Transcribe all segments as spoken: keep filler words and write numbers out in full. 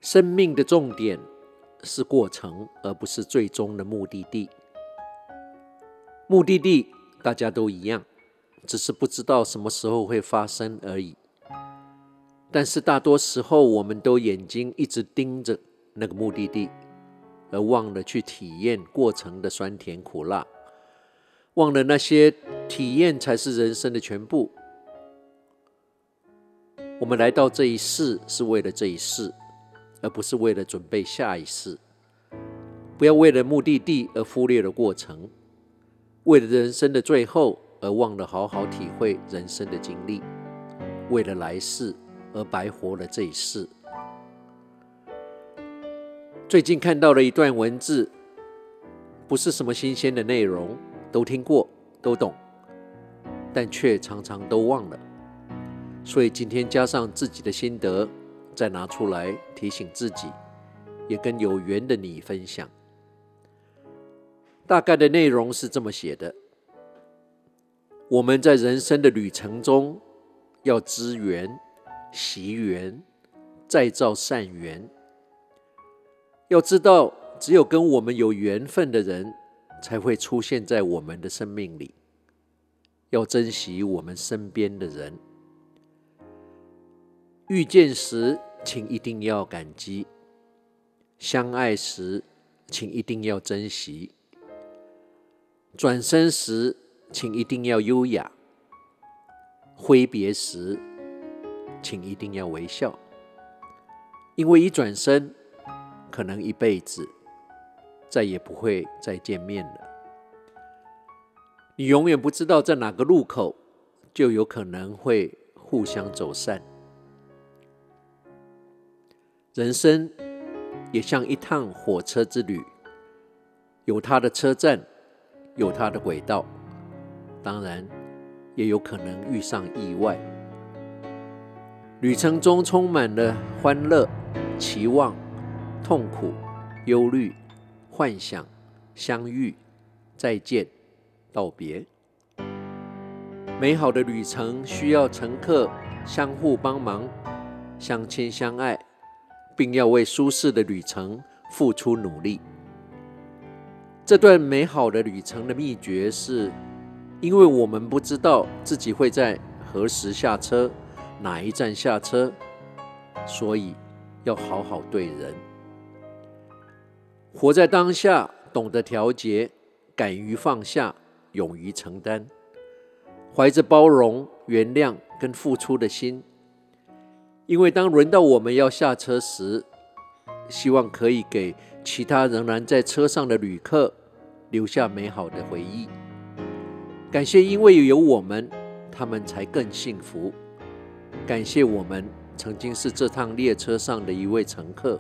生命的重点是过程，而不是最终的目的地。目的地大家都一样，只是不知道什么时候会发生而已。但是大多时候，我们都眼睛一直盯着那个目的地，而忘了去体验过程的酸甜苦辣，忘了那些体验才是人生的全部。我们来到这一世是为了这一世，而不是为了准备下一世。不要为了目的地而忽略了过程，为了人生的最后而忘了好好体会人生的经历，为了来世而白活了这一世。最近看到了一段文字，不是什么新鲜的内容，都听过都懂，但却常常都忘了。所以今天加上自己的心得，再拿出来提醒自己，也跟有缘的你分享。大概的内容是这么写的：我们在人生的旅程中，要知缘、惜缘、再造善缘。要知道，只有跟我们有缘分的人，才会出现在我们的生命里。要珍惜我们身边的人。遇见时，请一定要感激；相爱时，请一定要珍惜；转身时，请一定要优雅；挥别时，请一定要微笑。因为一转身，可能一辈子再也不会再见面了。你永远不知道在哪个路口，就有可能会互相走散。人生也像一趟火车之旅，有它的车站，有它的轨道，当然也有可能遇上意外。旅程中充满了欢乐、期望、痛苦、忧虑、幻想、相遇、再见、道别。美好的旅程需要乘客相互帮忙，相亲相爱，并要为舒适的旅程付出努力。这段美好的旅程的秘诀是，因为我们不知道自己会在何时下车，哪一站下车，所以要好好对人。活在当下，懂得调节，敢于放下，勇于承担，怀着包容、原谅跟付出的心。因为当轮到我们要下车时，希望可以给其他仍然在车上的旅客留下美好的回忆。感谢因为有我们，他们才更幸福。感谢我们曾经是这趟列车上的一位乘客。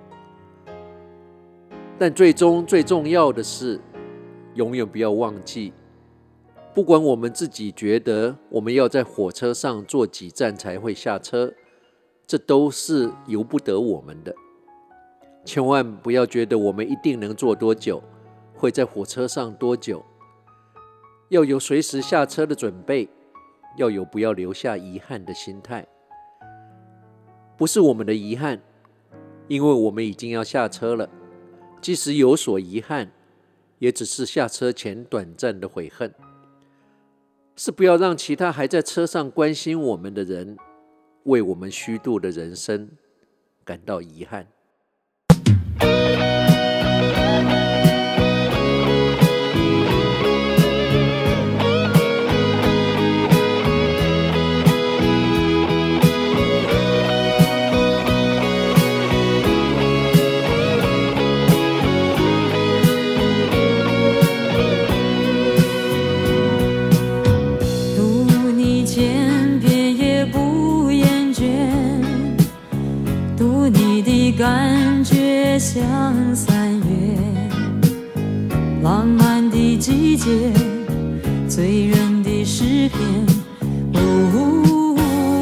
但最终最重要的是，永远不要忘记，不管我们自己觉得我们要在火车上坐几站才会下车，这都是由不得我们的。千万不要觉得我们一定能坐多久，会在火车上多久。要有随时下车的准备，要有不要留下遗憾的心态。不是我们的遗憾，因为我们已经要下车了。即使有所遗憾，也只是下车前短暂的悔恨。是不要让其他还在车上关心我们的人，为我们虚度的人生感到遗憾。 感觉像三月浪漫的季节，醉人的诗篇。哦，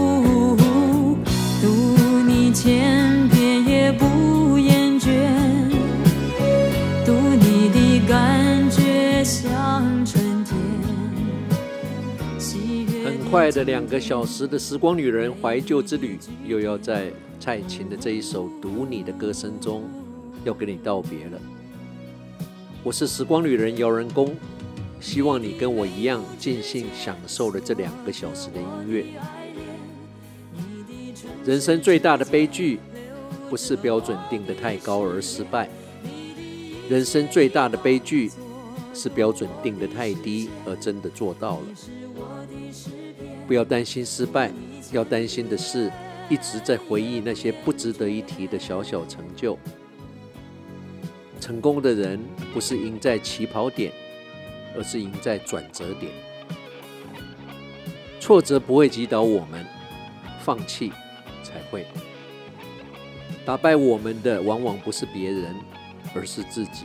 读你千遍也不厌倦，读你的感觉像春天。 很快的两个小时的时光旅人怀旧之旅，又要在蔡琴的这一首《读你的歌声》中，要跟你道别了。我是时光旅人姚人工，希望你跟我一样尽兴享受了这两个小时的音乐。人生最大的悲剧，不是标准定得太高而失败，人生最大的悲剧是标准定得太低而真的做到了。不要担心失败，要担心的是一直在回忆那些不值得一提的小小成就。成功的人不是赢在起跑点，而是赢在转折点。挫折不会击倒我们，放弃才会。打败我们的往往不是别人，而是自己。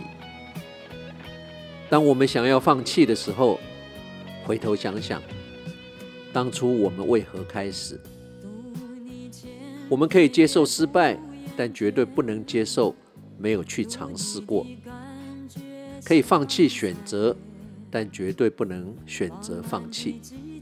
当我们想要放弃的时候，回头想想，当初我们为何开始？我们可以接受失败，但绝对不能接受没有去尝试过。可以放弃选择，但绝对不能选择放弃。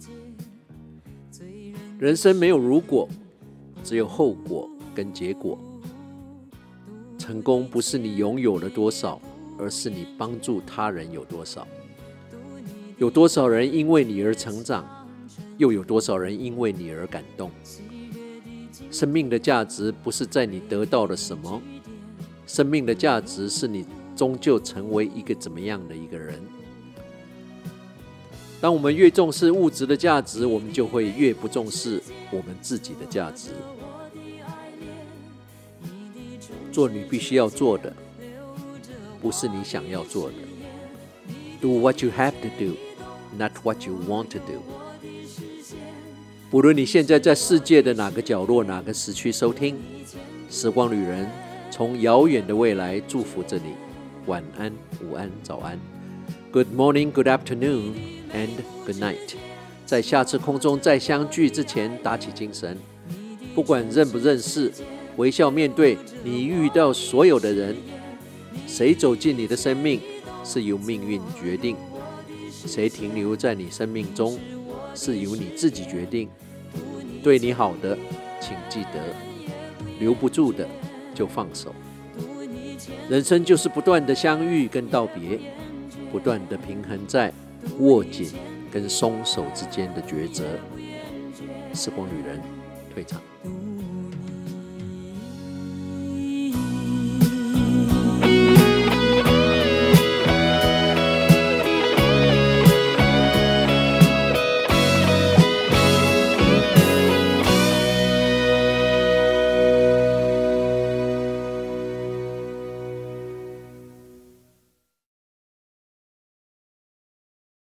人生没有如果，只有后果跟结果。成功不是你拥有了多少，而是你帮助他人有多少。有多少人因为你而成长，又有多少人因为你而感动。生命的价值不是在你得到了什么，生命的价值是你终究成为一个怎么样的一个人。当我们越重视物质的价值，我们就会越不重视我们自己的价值。做你必须要做的，不是你想要做的。Do what you have to do, not what you want to do. 不论你现在在世界的哪个角落、哪个时区收听，时光旅人从遥远的未来祝福着你。晚安、午安、早安。Good morning, good afternoon, and good night. 在下次空中再相聚之前，打起精神。不管认不认识，微笑面对你遇到所有的人。谁走进你的生命，是由命运决定；谁停留在你生命中，是由你自己决定。对你好的，请记得；留不住的，就放手。人生就是不断的相遇跟道别，不断的平衡在握紧跟松手之间的抉择。时光旅人退场。